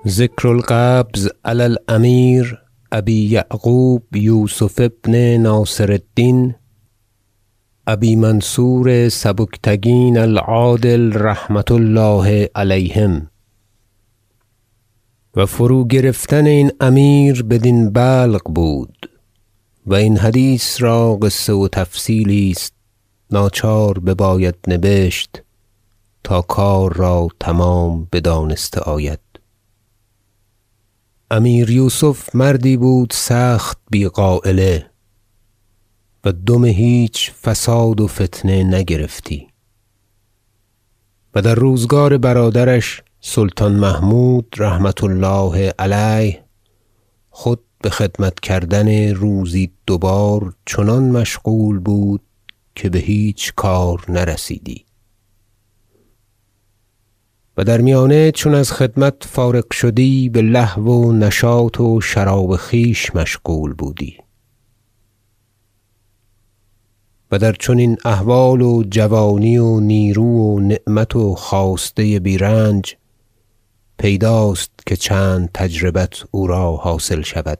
ذکر القبض علی الامیر ابی یعقوب یوسف بن ناصر الدین ابی منصور سبکتگین العادل رحمة الله علیهم و فرو گرفتن این امیر بدین بلق بود و این حدیث را قصه و تفصیلی است ناچار بباید نبشت تا کار را تمام بدانسته آید. امیر یوسف مردی بود سخت بی غایله و دم هیچ فساد و فتنه نگرفتی و در روزگار برادرش سلطان محمود رحمة الله علیه خود به خدمت کردن روزی 2 بار چنان مشغول بود که به هیچ کار نرسیدی و در میانه چون از خدمت فارغ شدی به لهو و نشاط و شراب خویش مشغول بودی و در چنین احوال و جوانی و نیرو و نعمت و خواسته بیرنج پیداست که چند تجربت او را حاصل شود.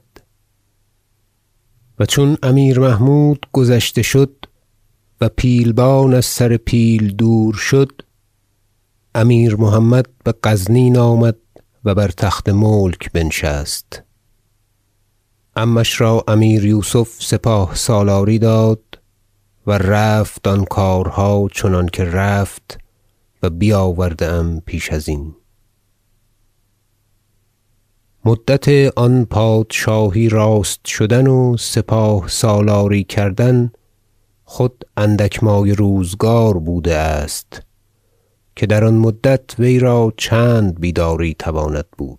و چون امیر محمود گذشته شد و پیلبان از سر پیل دور شد، امیر محمد به غزنین آمد و بر تخت ملک بنشست. عمش را امیر یوسف سپاه سالاری داد و رفت آن کارها چنان که رفت و بیاورده ام پیش ازین. مدت آن پادشاهی راست شدن و سپاه سالاری کردن خود اندک مایه روزگار بوده است که در آن مدت وی را چند بیداری تواند بود.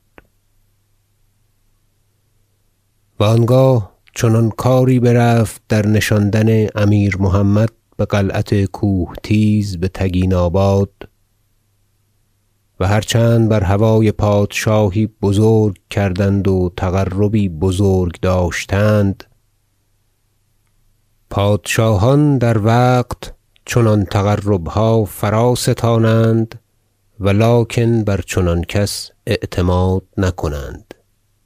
و آنگاه چنان کاری برفت در نشاندن امیر محمد به قلعت کوهتیز به تگیناباد و هرچند بر هوای پادشاهی بزرگ کردند و تقربی بزرگ داشتند، پادشاهان در وقت چنان تقربها فرا ستانند ولکن بر چنان کس اعتماد نکنند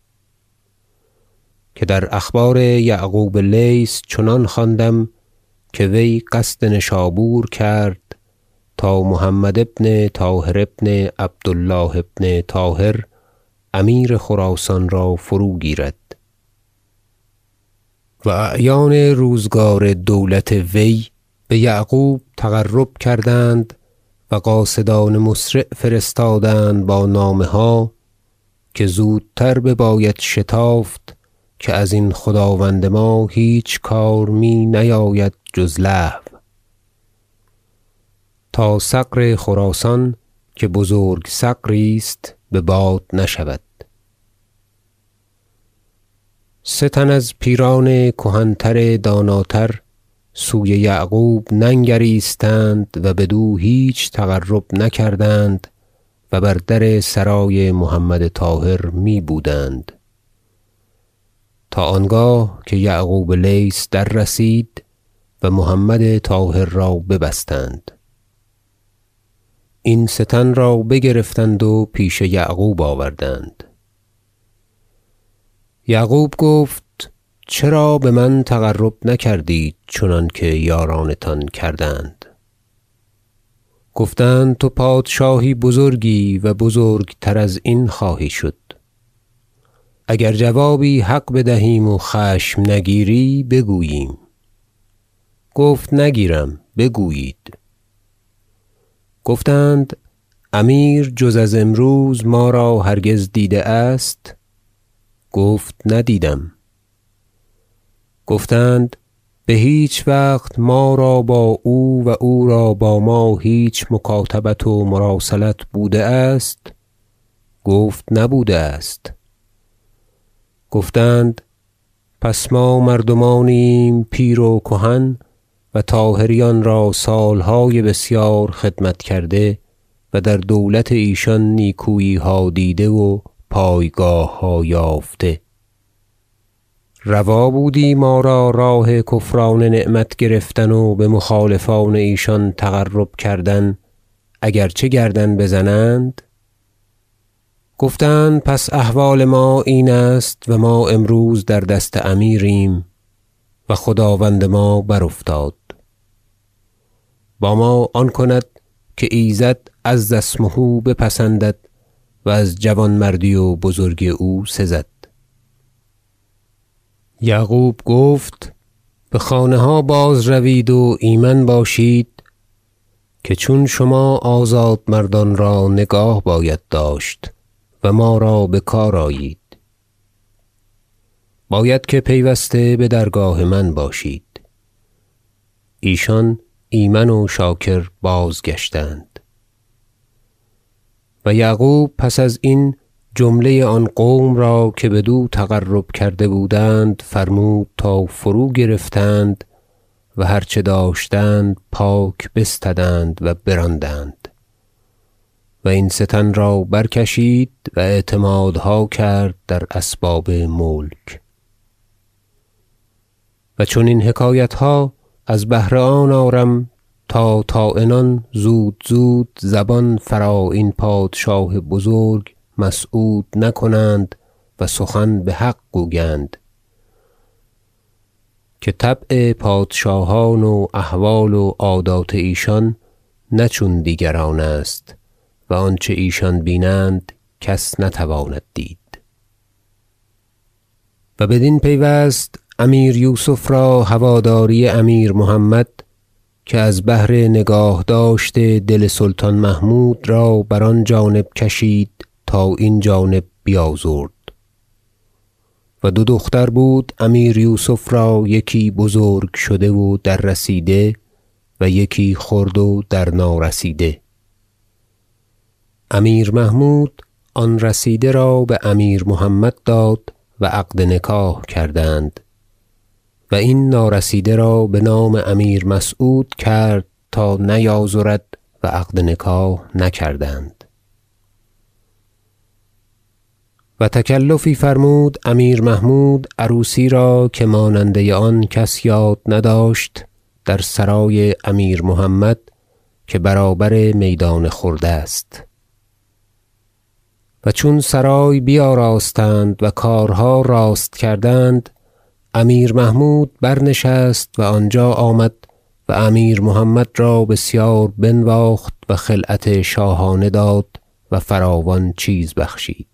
که در اخبار یعقوب لیث چنان خواندم که وی قصد نشابور کرد تا محمد بن طاهر بن عبد الله بن طاهر امیر خراسان را فرو گیرد و اعیان روزگار دولت وی به یعقوب تقرب کردند و قاصدان مسرع فرستادند با نامه ها که زودتر بباید شتافت که از این خداوند ما هیچ کار می نیاید جز لهو، تا ثغر خراسان که بزرگ ثغری است به باد نشود. 3 تن از پیران کهنتر داناتر سوی یعقوب ننگریستند و بدو هیچ تقرب نکردند و بر در سرای محمد طاهر می بودند تا آنگاه که یعقوب لیث در رسید و محمد طاهر را ببستند. این 3 تن را بگرفتند و پیش یعقوب آوردند. یعقوب گفت چرا به من تقرب نکردید چنانکه یارانتان کردند؟ گفتند تو پادشاهی بزرگی و بزرگتر از این خواهی شد. اگر جوابی حق بدهیم و خشم نگیری بگوییم. گفت نگیرم، بگویید. گفتند امیر جز از امروز ما را هرگز دیده است؟ گفت ندیدم. گفتند به هیچ وقت ما را با او و او را با ما هیچ مکاتبت و مراسلت بوده است؟ گفت نبوده است. گفتند پس ما مردمانیم پیر و کهن و طاهریان را سالهای بسیار خدمت کرده و در دولت ایشان نیکوییها دیده و پایگاهها یافته. روا بودی ما را راه کفران نعمت گرفتن و به مخالفان ایشان تقرب کردن اگرچه گردن بزنند؟ گفتند پس احوال ما این است و ما امروز در دست امیریم و خداوند ما برافتاد. با ما آن کند که ایزد عز اسمه بپسندد و از جوانمردی و بزرگی او سزد. یعقوب گفت به خانه ها باز روید و ایمن باشید که چون شما آزاد مردان را نگاه باید داشت و ما را به کار آیید. باید که پیوسته به درگاه من باشید. ایشان ایمن و شاکر بازگشتند. و یعقوب پس از این جمله آن قوم را که بدو تقرب کرده بودند فرمود تا فرو گرفتند و هر چه داشتند پاک بستدند و براندند و این سه تن را برکشید و اعتمادها کرد در اسباب ملک. و چون این حکایتها از بهر آن آرم تا طاعنان زود زود زبان فرا این پادشاه بزرگ مسعود نکنند و سخن به حق گویند که طبع پادشاهان و احوال و عادات ایشان نه چون دیگران است و آنچه ایشان بینند کس نتواند دید. و بدین پیوست امیر یوسف را هواداری امیر محمد که از بهر نگاه داشت دل سلطان محمود را بر آن جانب کشید تا این جانب بیازرد. و دو دختر بود امیر یوسف را، یکی بزرگ شده و در رسیده و یکی خرد و در نارسیده. امیر محمود آن رسیده را به امیر محمد داد و عقد نکاح کردند و این نارسیده را به نام امیر مسعود کرد تا نیازرد و عقد نکاح نکردند. و تکلفی فرمود امیر محمود عروسی را که ماننده آن کس یاد نداشت در سرای امیر محمد که برابر میدان خرد است. و چون سرای بیاراستند و کارها راست کردند امیر محمود برنشست و آنجا آمد و امیر محمد را بسیار بنواخت و خلعت شاهانه داد و فراوان چیز بخشید.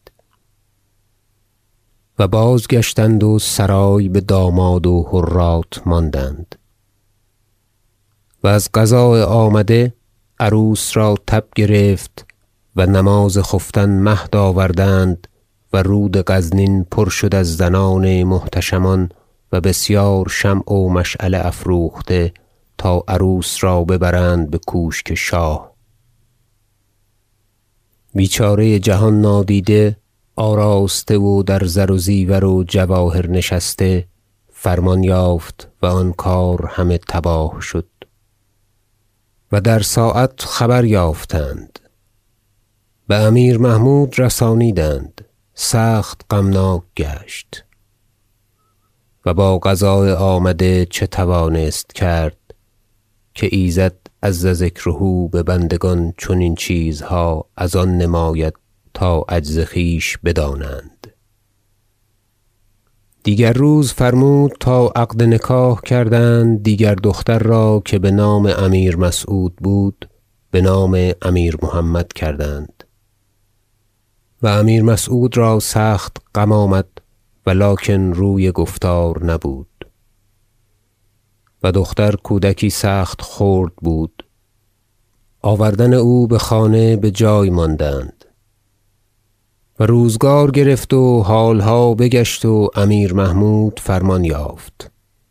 و بازگشتند و سرای به داماد و حرات ماندند. و از قضاء آمده عروس را تب گرفت و نماز خفتن مهد آوردند و رود غزنین پر شد از زنان محتشمان و بسیار شمع و مشعله افروخته تا عروس را ببرند به کوشک شاه. بیچاره جهان نادیده آراسته و در زر و زیور و جواهر نشسته فرمان یافت و آن کار همه تباه شد. و در ساعت خبر یافتند، به امیر محمود رسانیدند، سخت غمناک گشت. و با قضاء آمده چه توانست کرد که ایزد عز ذکره به بندگان چنین چیزها از آن نماید تا عجز خویش بدانند. دیگر روز فرمود تا عقد نکاح کردند دیگر دختر را که به نام امیر مسعود بود به نام امیر محمد کردند. و امیر مسعود را سخت غم آمد ولکن روی گفتار نبود. و دختر کودکی سخت خرد بود. آوردن او به خانه به جای ماندند. و روزگار گرفت و حالها بگشت و امیر محمود فرمان یافت.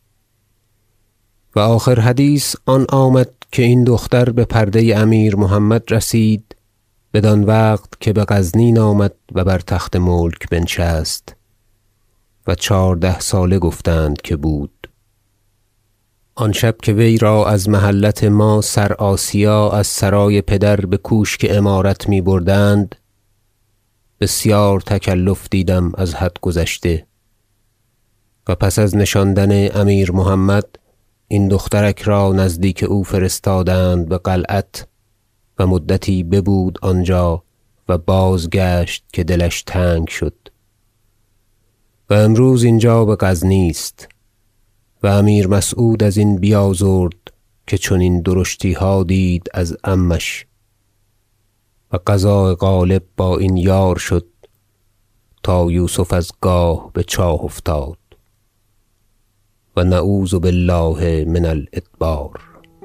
و آخر حدیث آن آمد که این دختر به پرده امیر محمد رسید بدان وقت که به غزنین آمد و بر تخت ملک بنشست و 14 ساله گفتند که بود. آن شب که وی را از محلت ما سر آسیا از سرای پدر به کوشک امارت می بردند بسیار تکلف دیدم از حد گذشته. و پس از نشاندن امیر محمد این دخترک را نزدیک او فرستادند به قلعت و مدتی ببود آنجا و و بازگشت که دلش تنگ شد و امروز اینجا به غزنی است و امیر مسعود از این بیازرد که چنین درشتی ها دید از عمش و قضاء غالب با این یار شد تا یوسف از گاه به چاه افتاد و نعوذ بالله من الادبار.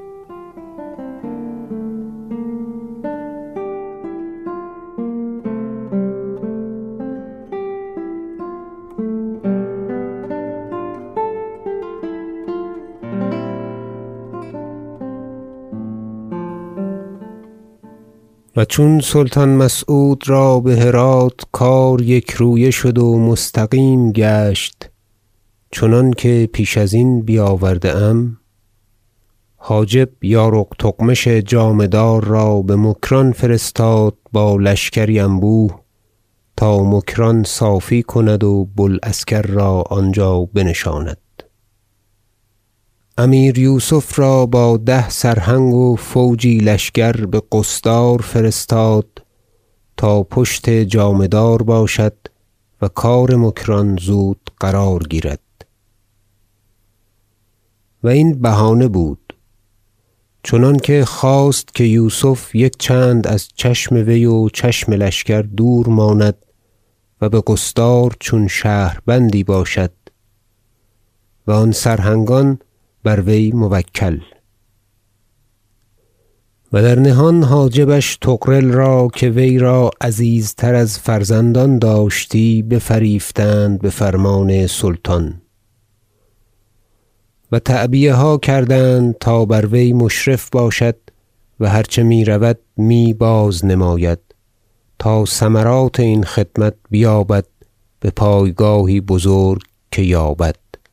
و چون سلطان مسعود را به هرات کار یک رویه شد و مستقیم گشت چنانکه پیش ازین بیاورده ام، حاجب یارق تغمش جامه دار را به مکران فرستاد با لشکری انبوه تا مکران صافی کند و بوالعسکر را آنجا بنشاند. امیر یوسف را با 10 سرهنگ و فوجی لشکر به قصدار فرستاد تا پشت جامه دار باشد و کار مکران زود قرار گیرد. و این بهانه بود چنانکه خواست که یوسف یک چند از چشم وی و چشم لشکر دور ماند و به قصدار چون شهربندی باشد و آن سرهنگان بر وی موکل. و در نهان حاجبش طغرل را که وی را عزیزتر از فرزندان داشتی بفریفتند به فرمان سلطان و تعبیه ها کردند تا بر وی مشرف باشد و هرچه می رود می باز نماید تا ثمرات این خدمت بیابد به پایگاهی بزرگ که یابد.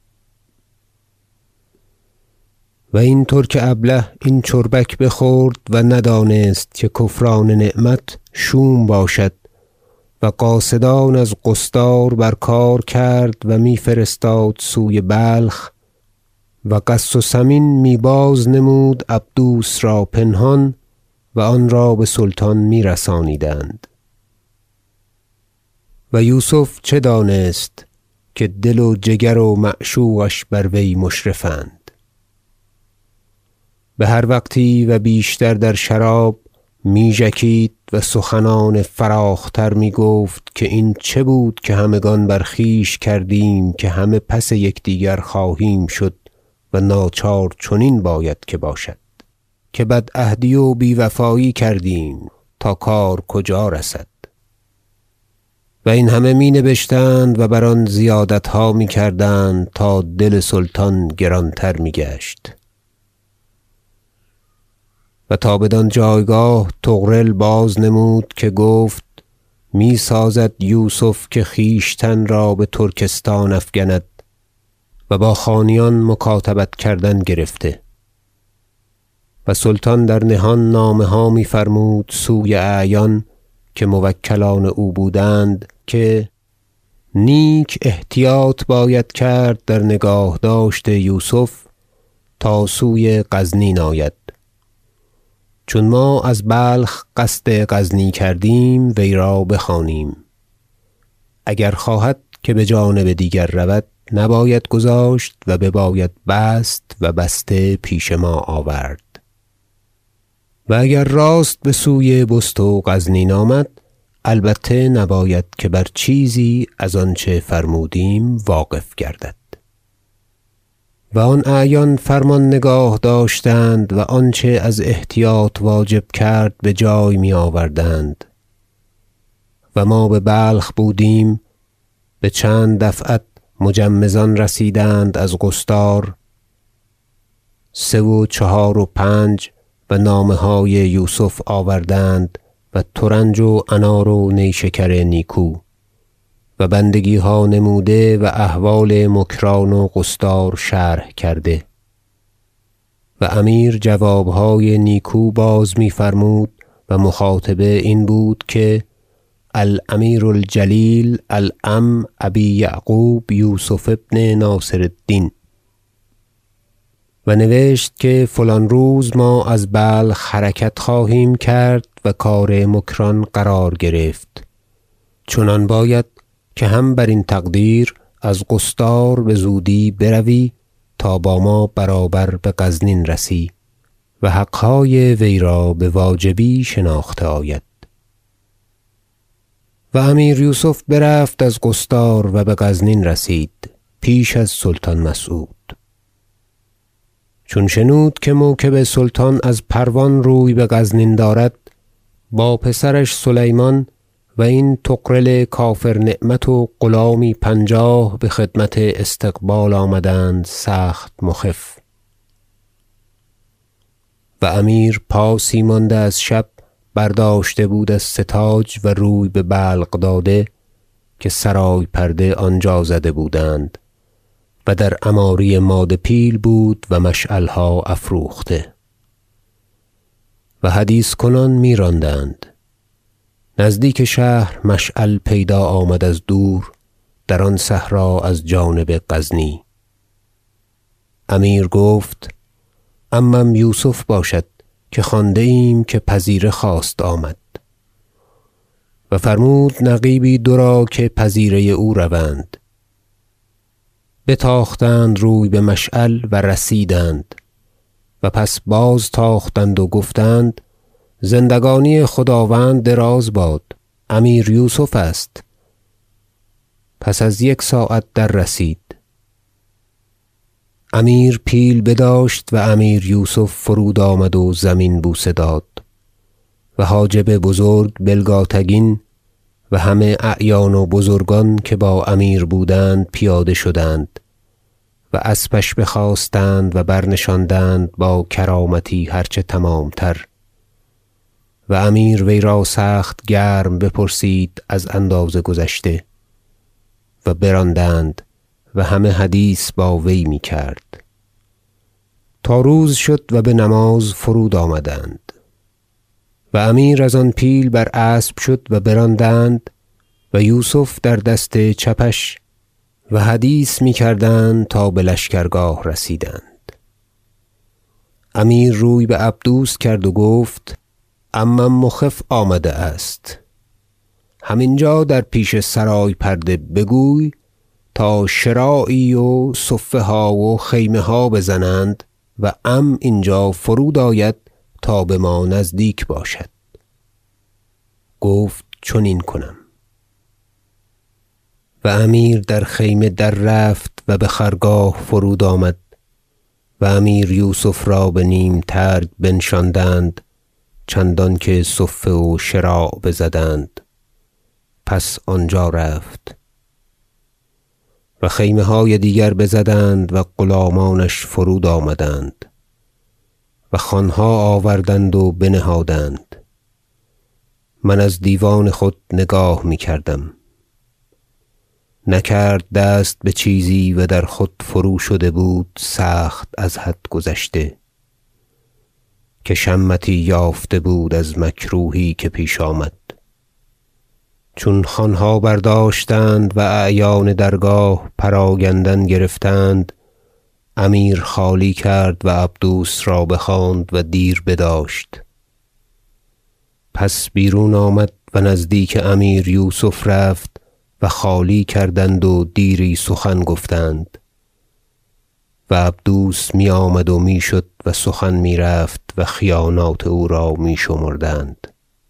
و این ترک ابله این چربک بخورد و ندانست که کفران نعمت شوم باشد و قاصدان از قصدار بر کار کرد و می فرستاد سوی بلخ و قص و ثمین می باز نمود عبدوس را پنهان و آن را به سلطان می رسانیدند. و یوسف چه دانست که دل و جگر و معشوقش بر وی مشرفند. به هر وقتی و بیشتر در شراب می ژکید و سخنان فراخ تر می گفت که این چه بود که همگان بر خویش کردیم که همه پس یکدیگر خواهیم شد و ناچار چنین باید که باشد که بدعهدی و بی وفایی کردیم تا کار کجا رسد. و این همه می نبشتند و بر آن زیادتها می کردند تا دل سلطان گرانتر می گشت. و تا بدان جایگاه طغرل باز نمود که گفت می سازد یوسف که خویشتن را به ترکستان افگند و با خانیان مکاتبت کردن گرفته. و سلطان در نهان نامه ها می فرمود سوی اعیان که موکلان او بودند که نیک احتیاط باید کرد در نگاه داشت یوسف تا سوی غزنین آید. چون ما از بلخ قصد غزنی کردیم وی را بخوانیم. اگر خواهد که به جانب دیگر رود نباید گذاشت و بباید بست و بسته پیش ما آورد. و اگر راست به سوی بست و غزنین آمد البته نباید که بر چیزی از آنچه فرمودیم واقف گردد. و آن اعیان فرمان نگاه داشتند و آنچه از احتیاط واجب کرد به جای می آوردند. و ما به بلخ بودیم به چند دفعت مجمزان رسیدند از قصدار 3 و 4 و 5 و نامه های یوسف آوردند و ترنج و انار و نیشکر نیکو و بندگی ها نموده و احوال مکران و قصدار شرح کرده. و امیر جوابهای نیکو باز می فرمود و مخاطبه این بود که الامیر الجلیل العم ابی یعقوب یوسف ابن ناصر الدین. و نوشت که فلان روز ما از بلخ حرکت خواهیم کرد و کار مکران قرار گرفت، چنان باید که هم بر این تقدیر از قصدار به زودی بروی تا با ما برابر به غزنین رسی و حقهای وی را به واجبی شناخته آید. و امیر یوسف برفت از قصدار و به غزنین رسید پیش از سلطان مسعود. چون شنود که موکب سلطان از پروان روی به غزنین دارد، با پسرش سلیمان و این طغرل کافر نعمت و غلامی 50 به خدمت استقبال آمدند سخت مخف. و امیر پاسی مانده از شب برداشته بود از ستاج و روی به بلق داده که سرای پرده آنجا زده بودند و در عماری ماده پیل بود و مشعلها افروخته و حدیث کنان می راندند. نزدیک شهر مشعل پیدا آمد از دور در آن صحرا از جانب غزنی. امیر گفت عمم یوسف باشد که خوانده ایم که پذیره خواست آمد. و فرمود نقیبی 2 را که پذیره او روند. بتاختند روی به مشعل و رسیدند و پس باز تاختند و گفتند زندگانی خداوند دراز باد، امیر یوسف است. پس از 1 ساعت در رسید. امیر پیل بداشت و امیر یوسف فرود آمد و زمین بوسه داد و حاجب بزرگ بلگاتگین و همه اعیان و بزرگان که با امیر بودند پیاده شدند و اسبش بخواستند و برنشاندند با کرامتی هرچه تمام تر و امیر وی را سخت گرم بپرسید از اندازه گذشته و براندند و همه حدیث با وی می کرد تا روز شد و به نماز فرود آمدند و امیر از آن پیل بر اسب شد و براندند و یوسف در دست چپش و حدیث می کردند تا به لشکرگاه رسیدند. امیر روی به عبدوس کرد و گفت عمم مخف آمده است، همینجا در پیش سرای پرده بگوی تا شراعی و صفه ها و خیمه ها بزنند و اینجا فرود آید تا به ما نزدیک باشد. گفت چنین کنم. و امیر در خیمه در رفت و به خرگاه فرود آمد و امیر یوسف را به نیم ترگ بنشاندند چندان که صفه و شراع بزدند. پس آنجا رفت و خیمه های دیگر بزدند و غلامانش فرود آمدند و خوانها آوردند و بنهادند. من از دیوان خود نگاه می کردم، نکرد دست به چیزی و در خود فرو شده بود سخت از حد گذشته که شمتی یافته بود از مکروهی که پیش آمد. چون خوانها برداشتند و اعیان درگاه پراگندن گرفتند، امیر خالی کرد و عبدوس را بخواند و دیر بداشت. پس بیرون آمد و نزدیک امیر یوسف رفت و خالی کردند و دیری سخن گفتند و عبدوس می آمد و می شد و سخن می رفت و خیانات او را می شمردند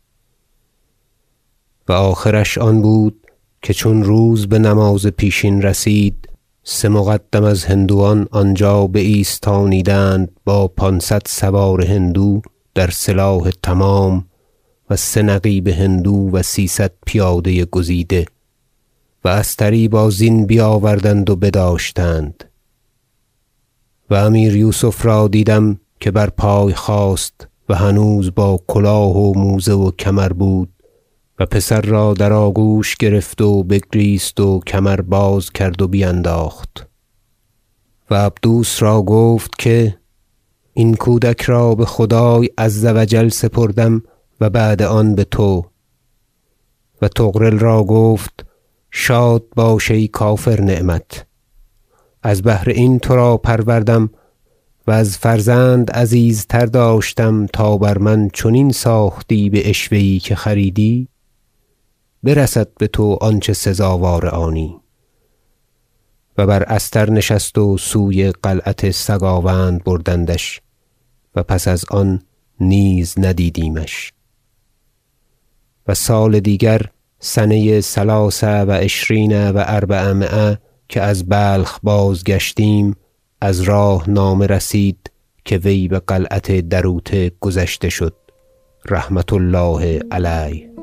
و آخرش آن بود که چون روز به نماز پیشین رسید 3 مقدم از هندوان آنجا بایستانیدند با 500 سوار هندو در سلاح تمام و 3 نقیب هندو و 300 پیاده گزیده و استری با زین بیاوردند و بداشتند و امیر یوسف را دیدم که بر پای خاست و هنوز با کلاه و موزه و کمر بود و پسر را در آگوش گرفت و بگریست و کمر باز کرد و بینداخت و عبدوس را گفت که این کودک را به خدای عز و جل سپردم و بعد آن به تو. و طغرل را گفت شاد باش ای کافر نعمت، از بهر این تو را پروردم و از فرزند عزیزتر داشتم تا بر من چنین ساختی به عشوه یی که خریدی، برسد به تو آنچه سزاوار آنی. و بر استر نشست و سوی قلعت سگاوند بردندش و پس از آن نیز ندیدیمش. و سال دیگر سنه 23 و 400 که از بلخ بازگشتیم، از راه نامه رسید که وی به قلعت دروته گذشته شد رحمة الله علیه.